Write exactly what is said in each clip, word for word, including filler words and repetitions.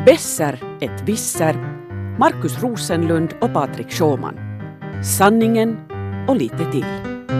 Besser ett visser, Markus Rosenlund och Patrik Schauman. Sanningen och lite till.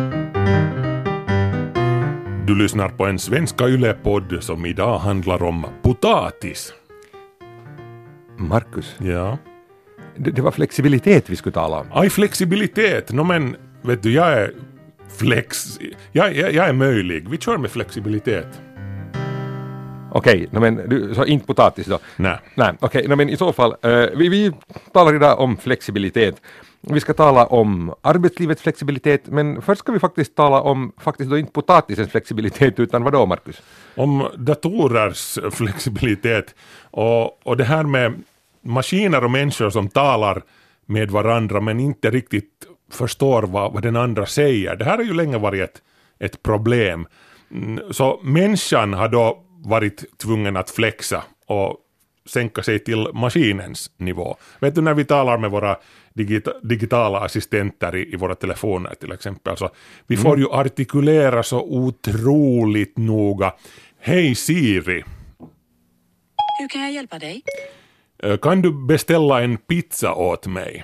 Du lyssnar på en svenska Yle-podd som idag handlar om potatis. Markus, Ja. det, det var flexibilitet vi skulle tala om. Aj, flexibilitet. No, men vet du, jag är flex... Jag, jag, jag är möjlig. Vi kör med flexibilitet. Okej, no, men du sa inte potatis då? Nej. Nej, okej, no, men i så fall, eh, vi, vi talar idag om flexibilitet. Vi ska tala om arbetslivets flexibilitet, men först ska vi faktiskt tala om faktiskt då inte potatisens flexibilitet, utan vad då, Markus? Om datorers flexibilitet och, och det här med maskiner och människor som talar med varandra men inte riktigt förstår vad, vad den andra säger. Det här har ju länge varit ett, ett problem. Så människan har då varit tvungen att flexa och sänka sig till maskinens nivå. Vet du, när vi talar med våra digita- digitala assistenter i, i våra telefoner till exempel, så vi mm. får ju artikulera så otroligt noga. Hej Siri. Hur kan jag hjälpa dig? Kan du beställa en pizza åt mig?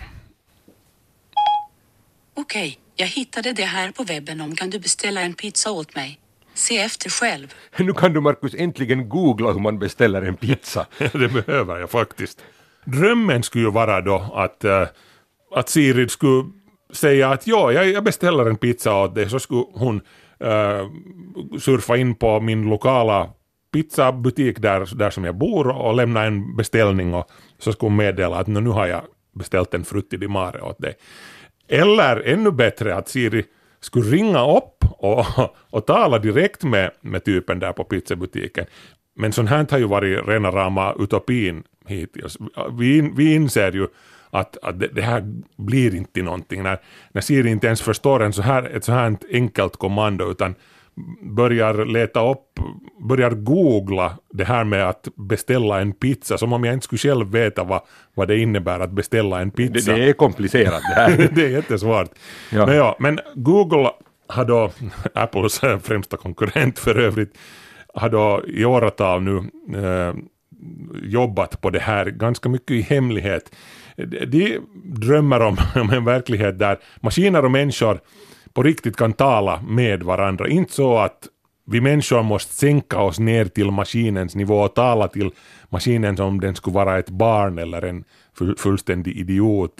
Okej, jag hittade det här på webben om kan du beställa en pizza åt mig. Se efter själv. Nu kan du, Markus, äntligen googla hur man beställer en pizza. Det behöver jag faktiskt. Drömmen skulle ju vara då att, äh, att Siri skulle säga att ja, jag, jag beställer en pizza åt dig, så skulle hon äh, surfa in på min lokala pizzabutik där, där som jag bor och lämna en beställning, och så skulle hon meddela att nu har jag beställt en frutti di mare åt dig. Eller ännu bättre att Siri skulle ringa upp och, och tala direkt med, med typen där på pizzabutiken. Men sånt här har ju varit rena rama utopin hittills. Vi, vi inser ju att, att det, det här blir inte någonting när, när Siri inte ens förstår en så här, ett så här enkelt kommando, utan börjar leta upp, börjar googla det här med att beställa en pizza, som om jag inte skulle själv veta vad, vad det innebär att beställa en pizza. Det, det är komplicerat det här. Det är jättesvårt. Ja. Men, ja, men Google har då, Apples främsta konkurrent för övrigt, har då i åratal nu eh, jobbat på det här ganska mycket i hemlighet. De, de drömmer om, om en verklighet där maskiner och människor på riktigt kan tala med varandra. Inte så att vi människor måste sänka oss ner till maskinens nivå och tala till maskinen som om den skulle vara ett barn eller en fullständig idiot.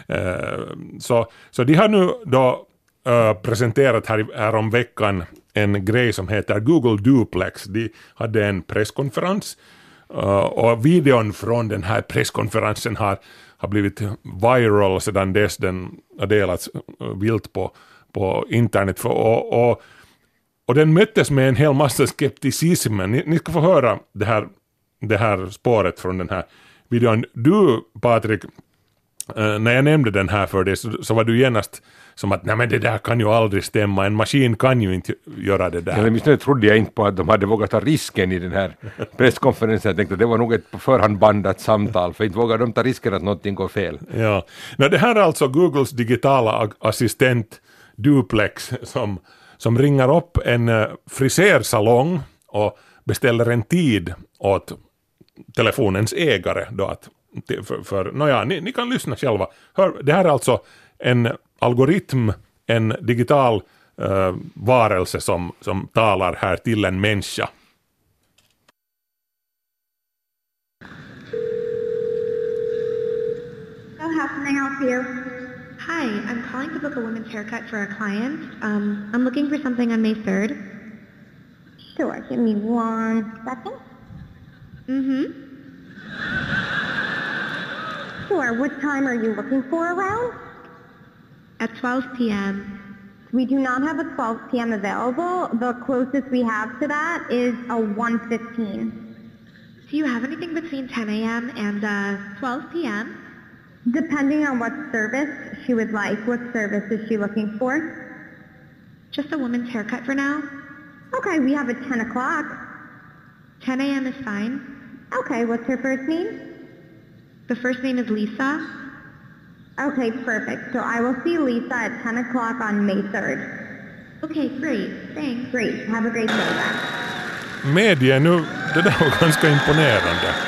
Så, så de har nu då presenterat här, här om veckan en grej som heter Google Duplex. De hade en presskonferens och videon från den här presskonferensen har, har blivit viral sedan dess. Den har delats vilt på på internet för, och, och, och den möttes med en hel massa skepticism. Ni, ni ska få höra det här, det här spåret från den här videon. Du, Patrik, eh, när jag nämnde den här för dig så, så var du genast som att nej, men det där kan ju aldrig stämma, en maskin kan ju inte göra det där. Ja, men trodde jag inte på att de hade vågat ta risken i den här presskonferensen. Jag tänkte att det var nog ett på förhand bandat samtal, för inte vågar de ta risken att någonting går fel. Ja, no, det här är alltså Googles digitala assistent Duplex som, som ringer upp en uh, frisersalong och beställer en tid åt telefonens ägare då att, för, för nåja, ni, ni kan lyssna själva. Hör, det här är alltså en algoritm, en digital uh, varelse som, som talar här till en människa. So how can I help you? Hi, I'm calling to book a women's haircut for a client. Um, I'm looking for something on May third. Sure, give me one second. Mm-hmm. Sure, what time are you looking for around? At twelve p.m. We do not have a twelve p.m. available. The closest we have to that is a one fifteen. Do you have anything between ten a.m. and uh, twelve p.m.? Depending on what service she would like. What service is she looking for? Just a woman's haircut for now. Okay, we have a ten o'clock. ten a.m. is fine. Okay, what's her first name? The first name is Lisa. Okay, perfect. So I will see Lisa at ten o'clock on May third. Okay, great. Thanks. Great. Have a great day, guys. Media nu, det där var ganska imponerande.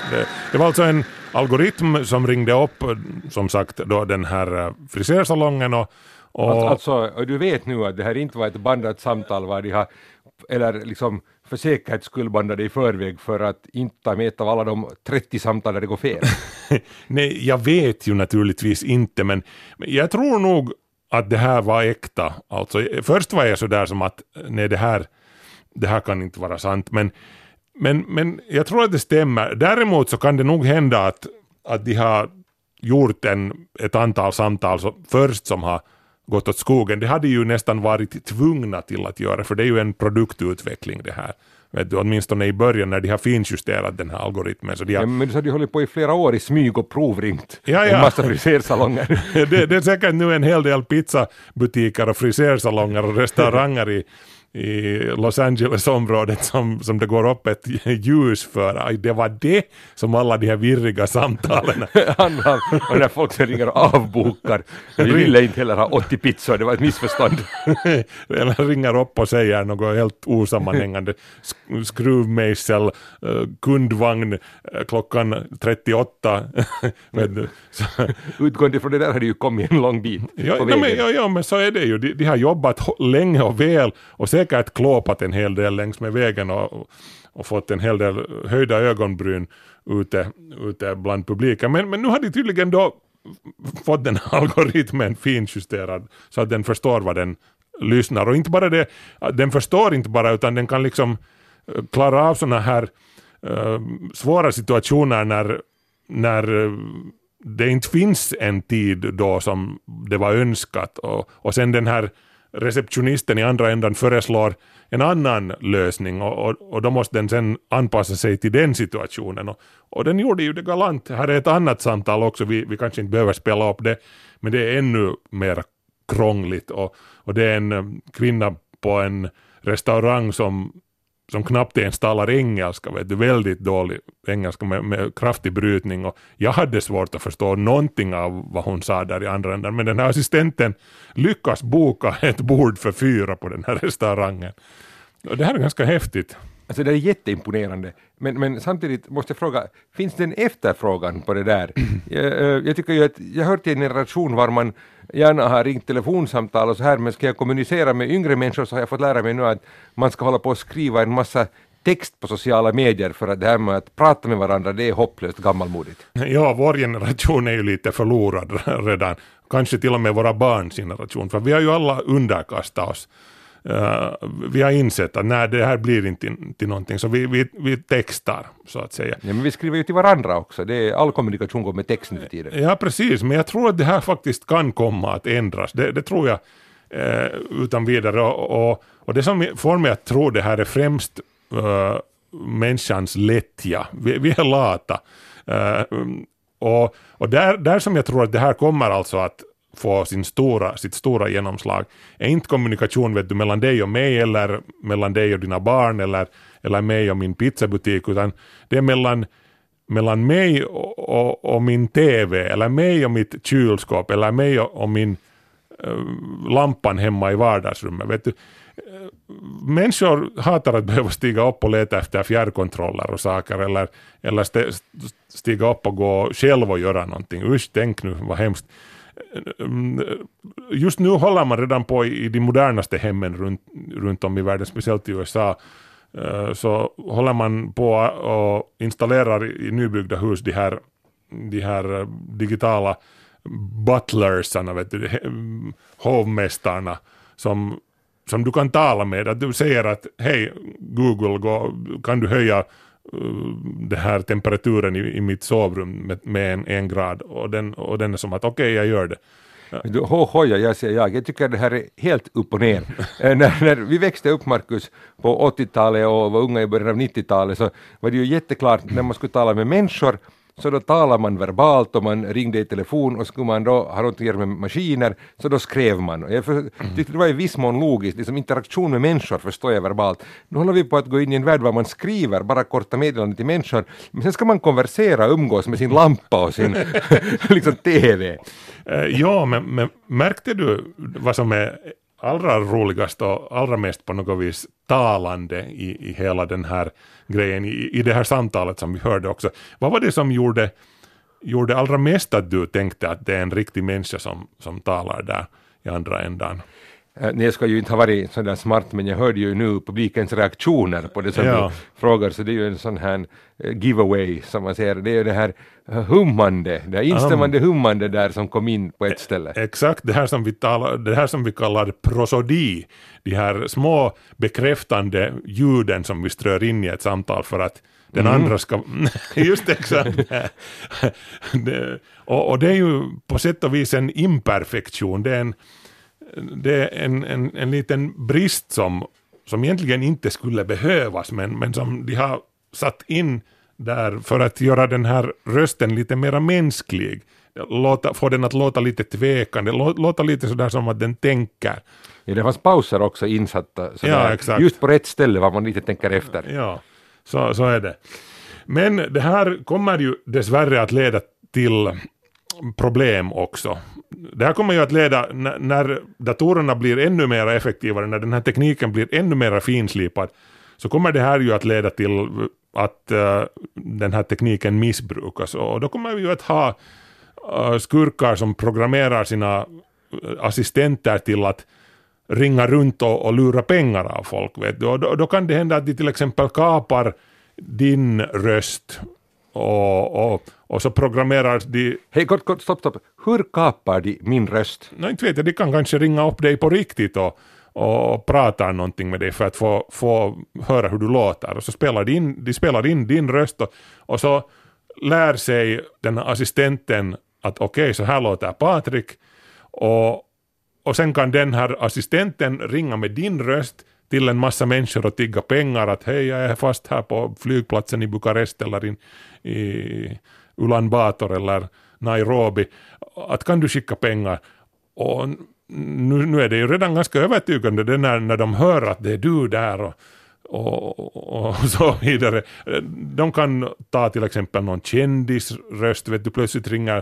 Det, det var alltså en algoritm som ringde upp, som sagt, då den här frisersalongen och, och Alltså, alltså, och du vet nu att det här inte var ett bandat samtal var de har, eller liksom för säkerhets skull bandade i förväg för att inte ta med av alla de trettio samtal där det går fel. Nej, jag vet ju naturligtvis inte, men, men jag tror nog att det här var äkta. Alltså, först var jag så där som att nej, det här, det här kan inte vara sant, men, men, men jag tror att det stämmer. Däremot så kan det nog hända att, att de har gjort en, ett antal samtal så, först som har gått åt skogen. Det hade ju nästan varit tvungna till att göra, för det är ju en produktutveckling det här. Vet du, åtminstone i början när de har finjusterat den här algoritmen. Så de har... ja, men så har de hållit på i flera år i smyg och provringt ja, ja. en massa frisersalonger. det, det är säkert nu en hel del pizzabutiker och frisersalonger och restauranger i, i Los Angeles-området som, som det går upp ett ljus för. Aj, det var det som alla de här virriga samtalen. Och när folk som ringer och avbokar. Vi ville inte heller ha åttio pizzor, det var ett missförstånd. Eller ringer upp och säger något helt osammanhängande. Skruvmejsel, kundvagn klockan trettioåtta. Utgående från det där hade det ju kommit en lång bit ja, på nej, vägen. men, ja, ja, men så är det ju. De, de har jobbat länge och väl och säkert klåpat en hel del längs med vägen och, och, och fått en hel del höjda ögonbryn ute, ute bland publiken. Men, men nu har de tydligen då fått den algoritmen finjusterad så att den förstår vad den lyssnar. Och inte bara det, den förstår inte bara utan den kan liksom klara av såna här uh, svåra situationer när, när det inte finns en tid då som det var önskat och, och sen den här receptionisten i andra ändan föreslår en annan lösning och, och, och då måste den sen anpassa sig till den situationen och, och den gjorde ju det galant. Här är ett annat samtal också, vi, vi kanske inte behöver spela upp det, men det är ännu mer krångligt och, och det är en kvinna på en restaurang som som knappt ens talar engelska, vet du, väldigt dålig engelska med, med kraftig brytning och jag hade svårt att förstå någonting av vad hon sa där i andra änden, men den här assistenten lyckas boka ett bord för fyra på den här restaurangen. Och det här är ganska häftigt. Alltså det är jätteimponerande, men, men samtidigt måste jag fråga, finns det en efterfrågan på det där? jag, jag tycker ju att jag hör till en generation var man gärna har ringt telefonsamtal och så här, men ska jag kommunicera med yngre människor så har jag fått lära mig nu att man ska hålla på och skriva en massa text på sociala medier för att det här med att prata med varandra, det är hopplöst gammalmodigt. Ja, vår generation är ju lite förlorad redan, kanske till och med våra barns generation, för vi har ju alla underkastat oss. Uh, vi har insett att nej, det här blir inte till, till någonting, så vi, vi, vi textar så att säga. Ja, men vi skriver ju till varandra också, det är, all kommunikation går med text nu för tiden. Ja, precis, men jag tror att det här faktiskt kan komma att ändras, det, det tror jag eh, utan vidare och, och, och det som får mig att tro det här är främst uh, människans lättja, vi, vi är lata uh, och, och där, där som jag tror att det här kommer alltså att få sin stora, sitt stora genomslag är inte kommunikation, vet du, mellan dig och mig eller mellan dig och dina barn eller, eller mig och min pizzabutik, utan det är mellan, mellan mig och, och, och min tv eller mig och mitt kylskåp eller mig och, och min äh, lampan hemma i vardagsrummet, vet du. Människor hatar att behöva stiga upp och leta efter fjärrkontroller och saker eller, eller st- stiga upp och gå själv och göra någonting. Usch, tänk nu, vad hemskt. Just nu håller man redan på i de modernaste hemmen runt, runt om i världen, speciellt i U S A, så håller man på och installerar i nybyggda hus de här, de här digitala butlersarna, vet du, hovmästarna som, som du kan tala med, att du säger att hej Google, gå, kan du höja det här temperaturen i, i mitt sovrum med, med en, en grad och den, och den är som att okej, okay, jag gör det. Du, ho, hoja, jag säger jag. Jag tycker det här är helt upp och ner. när, när vi växte upp, Markus, på åttiotalet och var unga i början av nittiotalet så var det ju jätteklart när man skulle tala med människor så då talar man verbalt och man ringde i telefon och skulle man då ha något att göra med maskiner så då skrev man. Och jag för, tyckte det var i viss mån logiskt, liksom interaktion med människor förstår jag verbalt. Nu håller vi på att gå in i en värld där man skriver bara korta meddelanden till människor, men sen ska man konversera, umgås med sin lampa och sin liksom T V. Uh, ja, men, men märkte du vad som är allra roligast och allra mest på något vis talande i, i hela den här grejen, i, i det här samtalet som vi hörde också. Vad var det som gjorde, gjorde allra mest att du tänkte att det är en riktig människa som, som talar där i andra ändan? Nej, jag ska ju inte ha varit så där smart, men jag hörde ju nu publikens reaktioner på det som Ja. du frågar, så det är ju en sån här giveaway som man säger. Det är ju det här hummande, det här instämmande hummande där som kom in på ett ställe. Exakt, det här som vi talar, det här som vi kallar prosodi, de här små bekräftande ljuden som vi strör in i ett samtal för att den Mm. andra ska, just exakt. det, och, och det är ju på sätt och vis en imperfektion, det är en det är en, en, en liten brist som, som egentligen inte skulle behövas, men, men som de har satt in där för att göra den här rösten lite mer mänsklig. Låta, få den att låta lite tvekande, lå, låta lite sådär som att den tänker. Ja, det fanns pauser också insatta, sådär, Ja, exakt. just på rätt ställe vad man lite tänker efter. Ja, så, så är det. Men det här kommer ju dessvärre att leda till problem också. Det här kommer ju att leda, när, när datorerna blir ännu mer effektivare, när den här tekniken blir ännu mer finslipad, så kommer det här ju att leda till att uh, den här tekniken missbrukas. Och då kommer vi ju att ha uh, skurkar som programmerar sina assistenter till att ringa runt och, och lura pengar av folk. Vet du? Och då, då kan det hända att de till exempel kapar din röst och, och, och så programmerar de... Hej, kort, kort, stopp, stopp. Hur kapar de min röst? No, inte vet jag, de kan kanske ringa upp dig på riktigt och, och prata någonting med dig för att få, få höra hur du låter. Och så spelar de in, de spelar in din röst och, och så lär sig den här assistenten att okej, okay, så här låter Patrik. Och, och sen kan den här assistenten ringa med din röst till en massa människor och tigga pengar att hej, jag är fast här på flygplatsen i Bukarest eller in, i Ulan Bator eller Nairobi, att kan du skicka pengar? Och nu, nu är det ju redan ganska övertygande det när, när de hör att det är du där och, och, och så vidare. De kan ta till exempel någon kändisröst, vet du, plötsligt ringer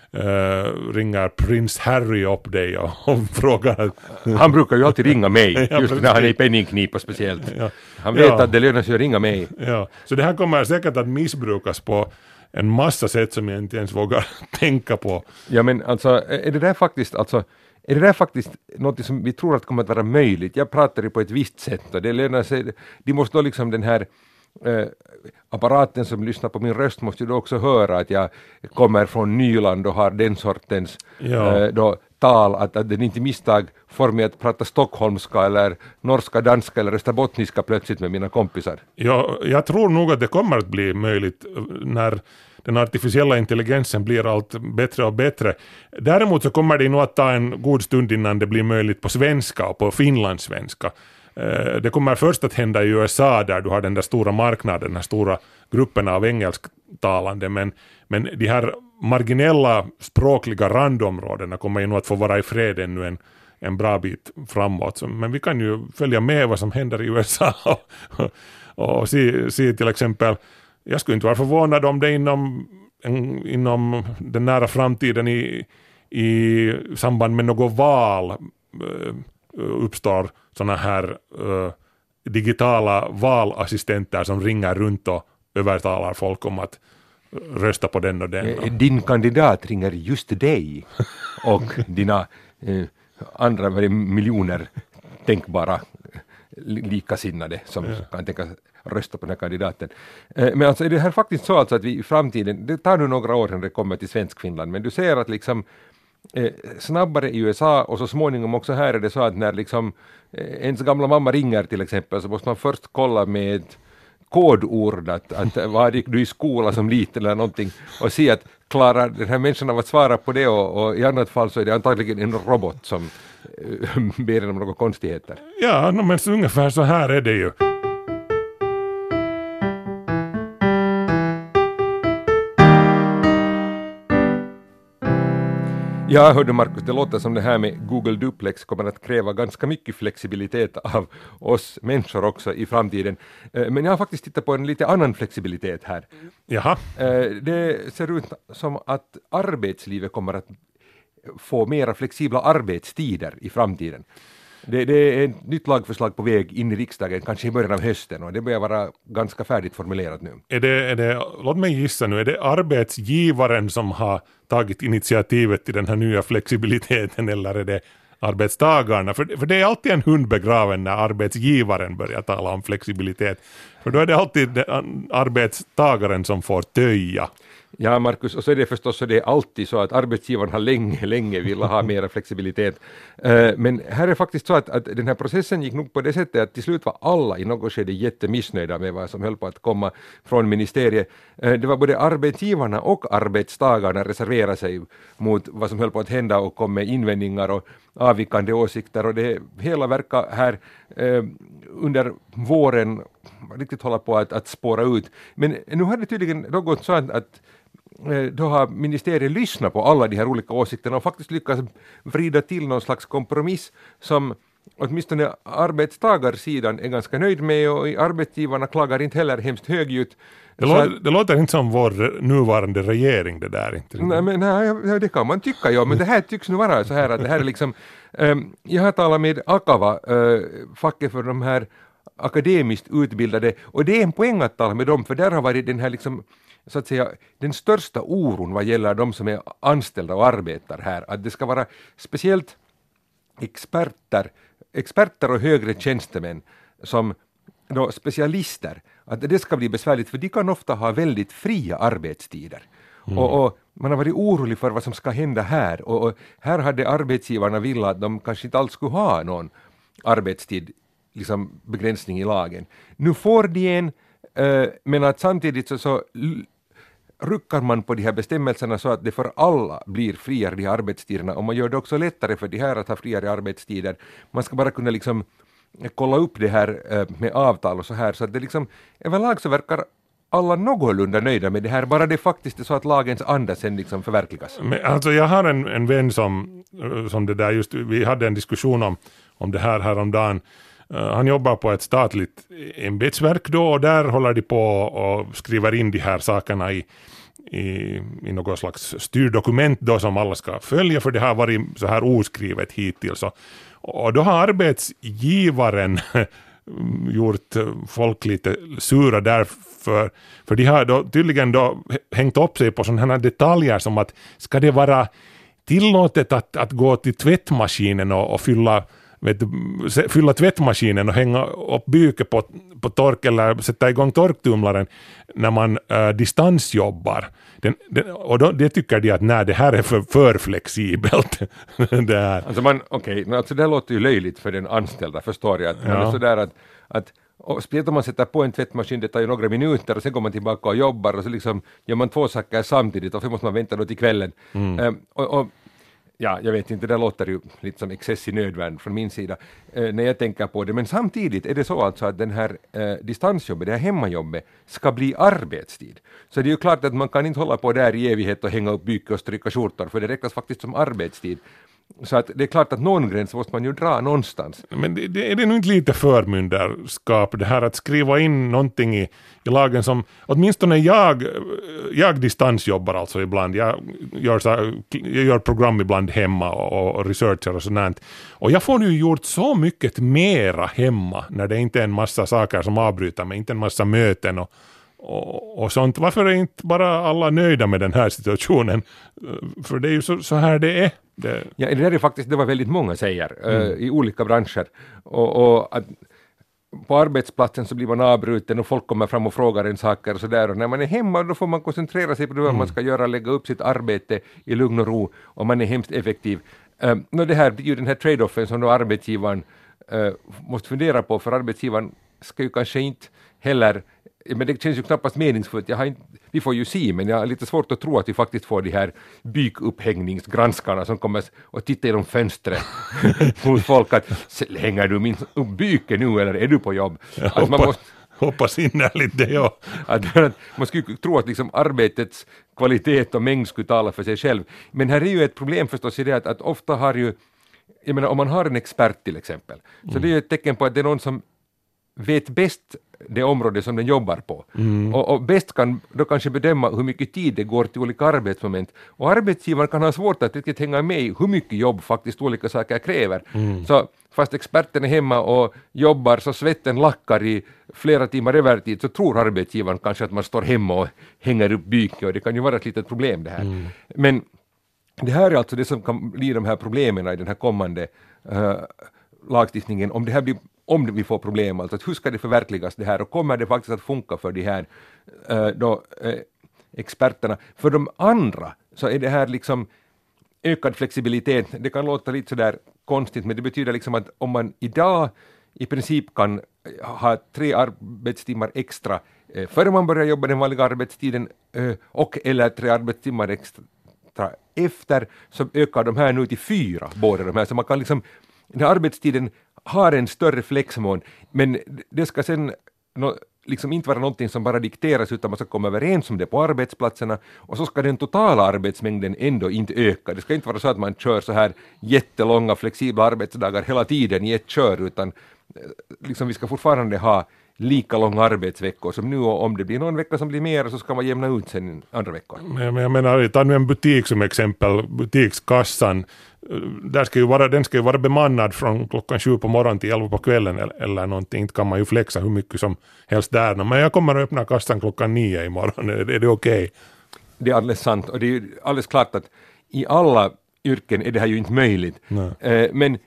Uh, ringer prins Harry upp dig och, och frågar. Han brukar ju alltid ringa mig, Ja, just när han är i penningknipa speciellt. Ja. Han vet Ja. att det lönar sig att ringa mig. Ja. Så det här kommer säkert att missbrukas på en massa sätt som jag inte ens vågar tänka på. Ja, men alltså, är det där faktiskt, alltså, är det där faktiskt något som vi tror att kommer att vara möjligt? Jag pratar ju på ett visst sätt och det lönar sig, de måste då liksom den här eh, apparaten som lyssnar på min röst måste ju då också höra att jag kommer från Nyland och har den sortens Ja. eh, då, tal, att, att den inte misstag får mig att prata stockholmska eller norska, danska eller österbottniska plötsligt med mina kompisar. Ja, jag tror nog att det kommer att bli möjligt när den artificiella intelligensen blir allt bättre och bättre. Däremot så kommer det nog att ta en god stund innan det blir möjligt på svenska och på finlandssvenska. Det kommer först att hända i U S A där du har den där stora marknaden, den här stora gruppen av engelsktalande, men, men de här marginella språkliga randområdena kommer ju nog att få vara i fred ännu en, en bra bit framåt. Men vi kan ju följa med vad som händer i U S A och, och se, se till exempel, jag skulle inte vara förvånad om det inom, en, inom den nära framtiden i, i samband med något val uppstår såna här uh, digitala valassistenter som ringer runt och övertalar folk om att rösta på den och den. Din kandidat ringer just dig och dina eh, andra miljoner tänkbara likasinnade som ja. kan tänka rösta på den här kandidaten. Eh, men alltså är det här faktiskt så alltså att vi i framtiden, det tar nu några år sedan det kommer till svensk Finland, men du ser att liksom Eh, snabbare i U S A och så småningom också här är det så att när liksom eh, ens gamla mamma ringer till exempel så måste man först kolla med ett kodord att, att vad gick du i skola som liten eller någonting och se att klarar den här människan av att svara på det och, och i annat fall så är det antagligen en robot som eh, ber om några konstigheter. Ja, no, men så ungefär så här är det ju. Ja, hörde Markus, det låter som det här med Google Duplex kommer att kräva ganska mycket flexibilitet av oss människor också i framtiden. Men jag har faktiskt tittat på en lite annan flexibilitet här. Jaha. Det ser ut som att arbetslivet kommer att få mera flexibla arbetstider i framtiden. Det, det är ett nytt lagförslag på väg in i riksdagen, kanske i början av hösten, och det börjar vara ganska färdigt formulerat nu. Är det, är det, låt mig gissa nu, är det arbetsgivaren som har tagit initiativet till den här nya flexibiliteten, eller är det arbetstagarna? För, för det är alltid en hund begraven när arbetsgivaren börjar tala om flexibilitet. För då är det alltid arbetstagaren som får töja. Ja, Markus, och så är det förstås så det är alltid så att arbetsgivaren har länge, länge vill ha mer flexibilitet. Uh, men här är faktiskt så att, att den här processen gick nog på det sättet att till slut var alla i något skede jättemissnöjda med vad som höll på att komma från ministeriet. Uh, det var både arbetsgivarna och arbetstagarna reserverade sig mot vad som höll på att hända och kom med invändningar och avvikande åsikter, och det hela verkar här uh, under våren riktigt hålla på att, att spåra ut. Men nu har det tydligen något så att, att då har ministeriet lyssnat på alla de här olika åsikterna och faktiskt lyckats vrida till någon slags kompromiss som åtminstone arbetstagarsidan är ganska nöjd med, och arbetsgivarna klagar inte heller hemskt högljutt. Det, lå- att, det låter inte som vår nuvarande regering det där. Inte. Nej, men, nej, det kan man tycka, ja, men det här tycks nu vara så här att det här är liksom, um, jag har talat med Akava, uh, facket för de här akademiskt utbildade, och det är en poäng att tala med dem, för där har varit den här liksom, så att säga, den största oron vad gäller de som är anställda och arbetar här, att det ska vara speciellt experter, experter och högre tjänstemän som då specialister, att det ska bli besvärligt, för de kan ofta ha väldigt fria arbetstider. Mm. Och, och man har varit orolig för vad som ska hända här, och, och här hade arbetsgivarna velat att de kanske inte alls skulle ha någon arbetstid, liksom begränsning i lagen. Nu får de en, äh, men att samtidigt så, så l- ruckar man på de här bestämmelserna så att det för alla blir friare de här arbetstiderna, och man gör det också lättare för de här att ha friare arbetstider. Man ska bara kunna liksom kolla upp det här äh, med avtal och så här, så att det liksom överlag så verkar alla någorlunda nöjda med det här, bara det faktiskt är så att lagens anda sen liksom förverkligas. Men alltså jag har en, en vän som, som det där just, vi hade en diskussion om, om det här häromdagen. Uh, han jobbar på ett statligt ämbetsverk då, och där håller de på och skriver in de här sakerna i, i, i något slags styrdokument då som alla ska följa, för det har varit så här oskrivet hittills. Och, och då har arbetsgivaren gjort folk lite sura därför, för de har då tydligen då hängt upp sig på sådana här detaljer som att ska det vara tillåtet att, att gå till tvättmaskinen och, och fylla vet du, fylla tvättmaskinen och hänga upp byket på, på tork eller sätta igång torktumlaren när man äh, distansjobbar. Den, den, och då, det tycker de att nej, det här är för, för flexibelt. det här. Alltså, man, okay, alltså det här låter ju löjligt för den anställda, förstår jag. Att ja. Man är sådär att, att och speciellt om man sätter på en tvättmaskin, det tar ju några minuter och sen går man tillbaka och jobbar och så liksom gör man två saker samtidigt och så måste man vänta då till kvällen. Mm. Um, och, och ja, jag vet inte, det låter ju lite som excess i nödvärn från min sida eh, när jag tänker på det. Men samtidigt är det så alltså att den här eh, distansjobbet, det här hemmajobbet ska bli arbetstid. Så det är ju klart att man kan inte hålla på där i evighet och hänga upp byke och stryka skjortor, för det räknas faktiskt som arbetstid. Så att det är klart att någon gräns måste man ju dra någonstans. Men det, det, är det nog inte lite förmyndarskap det här att skriva in någonting i, i lagen som åtminstone jag, jag distansjobbar alltså ibland. Jag gör, så, jag gör program ibland hemma och, och researcher och sådant. Och jag får nu gjort så mycket mera hemma när det inte är en massa saker som avbryter mig, inte en massa möten och Och, och sånt. Varför är inte bara alla nöjda med den här situationen? För det är ju så, så här det är. Det... Ja, det där är faktiskt det var väldigt många säger mm. uh, i olika branscher. Och, och att på arbetsplatsen så blir man avbruten och folk kommer fram och frågar en saker och sådär. Och när man är hemma då får man koncentrera sig på det mm. man ska göra, lägga upp sitt arbete i lugn och ro, och man är hemskt effektiv. Uh, no, det här blir ju den här trade-offen som då arbetsgivaren uh, måste fundera på, för arbetsgivaren ska ju kanske inte heller, men det känns ju knappast meningsfullt. Jag har inte, vi får ju se, men jag har lite svårt att tro att vi faktiskt får de här bykupphängningsgranskarna som kommer och tittar genom fönstret mot folk att hänger du min byke nu eller är du på jobb? Jag alltså hoppas, man måste, hoppas innerligt det, ja. Att, att man skulle tro att liksom arbetets kvalitet och mängd skulle tala för sig själv. Men här är ju ett problem förstås i det att, att ofta har ju, jag menar om man har en expert till exempel, mm. så det är ju ett tecken på att det är någon som vet bäst det område som den jobbar på. Mm. Och, och bäst kan då kanske bedöma hur mycket tid det går till olika arbetsmoment. Och arbetsgivaren kan ha svårt att riktigt hänga med i hur mycket jobb faktiskt olika saker kräver. Mm. Så fast experten är hemma och jobbar så svetten lackar i flera timmar övertid, så tror arbetsgivaren kanske att man står hemma och hänger upp byken, och det kan ju vara ett litet problem det här. Mm. Men det här är alltså det som kan bli de här problemen i den här kommande uh, lagstiftningen, om det här blir, om vi får problem, alltså hur ska det förverkligas det här, och kommer det faktiskt att funka för de här uh, då, uh, experterna. För de andra så är det här liksom ökad flexibilitet. Det kan låta lite sådär konstigt, men det betyder liksom att om man idag i princip kan ha tre arbetstimmar extra eh, före man börjar jobba den vanliga arbetstiden eh, och eller tre arbetstimmar extra efter, så ökar de här nu till fyra, båda de här. Så man kan liksom, den här arbetstiden har en större flexmån, men det ska sen no, liksom inte vara någonting som bara dikteras, utan man ska komma överens om det på arbetsplatserna, och så ska den totala arbetsmängden ändå inte öka. Det ska inte vara så att man kör så här jättelånga flexibla arbetsdagar hela tiden i ett kör, utan liksom vi ska fortfarande ha lika långa arbetsveckor som nu, och om det blir någon vecka som blir mer så ska man jämna ut sen andra veckor. Men jag menar, ta nu en butik som exempel, butikskassan, där ska ju vara, den ska ju vara bemannad från klockan sju på morgonen till elva på kvällen eller, eller någonting. Inte kan man ju flexa hur mycket som helst där. Men jag kommer att öppna kassan klockan nio i morgon. Är det, är det okej? Okay? Det är alldeles sant, och det är alldeles klart att i alla yrken är det här ju inte möjligt. Eh, men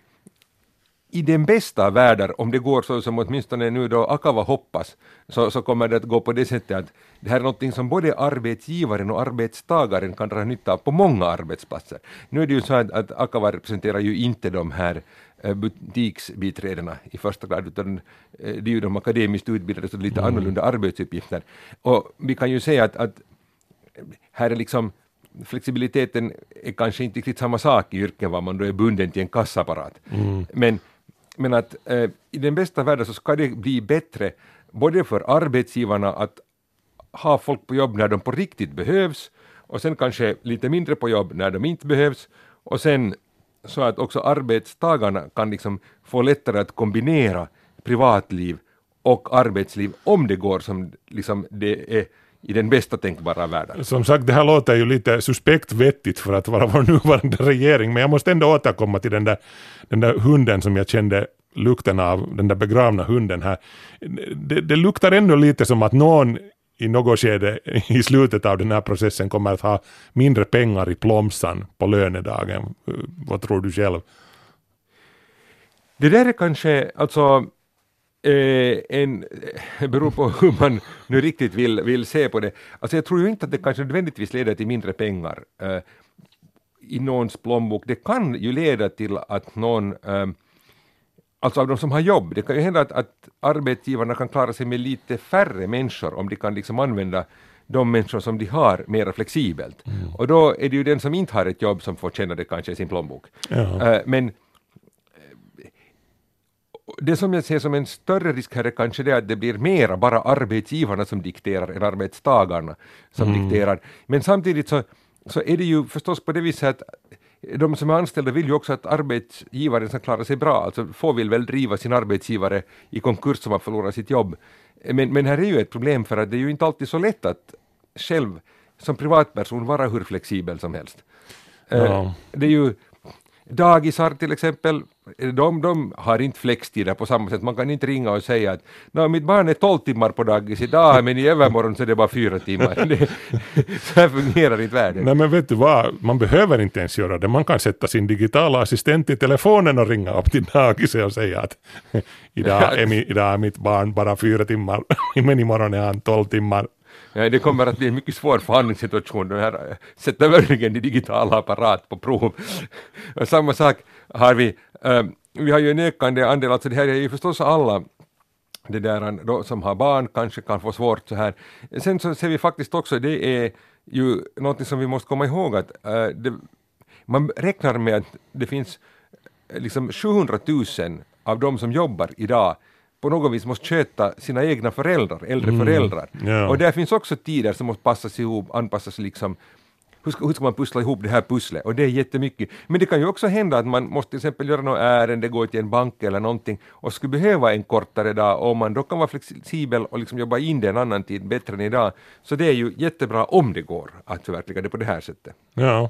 i den bästa av världar, om det går så som åtminstone nu då Akava hoppas, så, så kommer det att gå på det sättet att det här är något som både arbetsgivaren och arbetstagaren kan dra nytta av på många arbetsplatser. Nu är det ju så att, att Akava representerar ju inte de här eh, butiksbiträdena i första grad, utan eh, det är ju de akademiskt utbildade, så lite mm. annorlunda arbetsuppgifter. Och vi kan ju säga att, att här är liksom flexibiliteten är kanske inte riktigt samma sak i yrken, var man då är bunden till en kassaapparat. Mm. Men Men att eh, i den bästa världen så ska det bli bättre både för arbetsgivarna att ha folk på jobb när de på riktigt behövs, och sen kanske lite mindre på jobb när de inte behövs, och sen så att också arbetstagarna kan liksom få lättare att kombinera privatliv och arbetsliv om det går som liksom det är i den bästa tänkbara världen. Som sagt, det här låter ju lite suspekt vettigt för att vara vår nuvarande regering, men jag måste ändå återkomma till den där, den där hunden som jag kände lukten av, den där begravna hunden här. Det, det luktar ändå lite som att någon i något skede i slutet av den här processen kommer att ha mindre pengar i plomsan på lönedagen. Vad tror du själv? Det där är kanske, alltså Eh, en, beror på hur man nu riktigt vill, vill se på det. Alltså jag tror ju inte att det kanske nödvändigtvis leder till mindre pengar eh, i någons plånbok. Det kan ju leda till att någon, eh, alltså av de som har jobb, det kan ju hända att, att arbetsgivarna kan klara sig med lite färre människor om de kan liksom använda de människor som de har mer flexibelt. Mm. Och då är det ju den som inte har ett jobb som får känna det kanske i sin plånbok. Eh, men det som jag ser som en större risk här är kanske det att det blir mera bara arbetsgivarna som dikterar än arbetstagarna som mm. dikterar. Men samtidigt så, så är det ju förstås på det viset att de som är anställda vill ju också att arbetsgivaren ska klara sig bra. Alltså få vill väl driva sin arbetsgivare i konkurs som har förlorat sitt jobb. Men, men här är ju ett problem, för att det är ju inte alltid så lätt att själv som privatperson vara hur flexibel som helst. Ja. Det är ju dagisar till exempel, de, de har inte flextider på samma sätt. Man kan inte ringa och säga att mitt barn är tolv timmar på dagis idag, men i övermorgon så är det bara fyra timmar. Det, så här fungerar inte världen. Nej, men vet du vad, man behöver inte ens göra det. Man kan sätta sin digitala assistent i telefonen och ringa upp till dagis och säga att idag är, mi, idag är mitt barn bara fyra timmar, men imorgon är han tolv timmar. Ja, det kommer att bli en mycket svår förhandlingssituation. Det här sätter verkligen det digitala apparat på prov. Samma sak har vi. Uh, vi har ju en ökande andel, alltså det här är ju förstås alla det där då, som har barn kanske kan få svårt så här. Sen så ser vi faktiskt också, det är ju något som vi måste komma ihåg att uh, det, man räknar med att det finns liksom sjuhundratusen av de som jobbar idag på något vis måste sköta sina egna föräldrar, äldre mm, föräldrar. Yeah. Och där finns också tider som måste passas ihop, anpassas liksom hur ska, hur ska man pussla ihop det här pusslet? Och det är jättemycket. Men det kan ju också hända att man måste till exempel göra något ärende, gå till en bank eller någonting och skulle behöva en kortare dag, och man då kan vara flexibel och liksom jobba in det en annan tid bättre än idag. Så det är ju jättebra om det går att förverkliga det på det här sättet. Ja.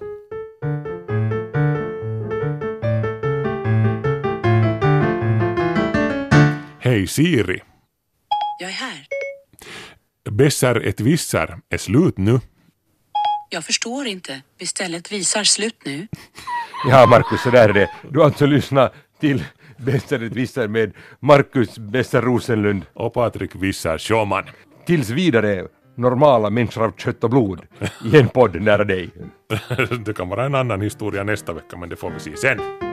Hej Siri. Jag är här. Bässar ett vissar är slut nu. Jag förstår inte. Bestället visar slut nu. Ja, Markus, så där är det. Du har alltså lyssnat till Bässar ett vissar med Markus Bässar Rosenlund Och Patrik Wissar Sjöman. tills vidare normala människor av kött och blod i en podd nära dig. Det kan vara en annan historia nästa vecka, men det får vi se sen.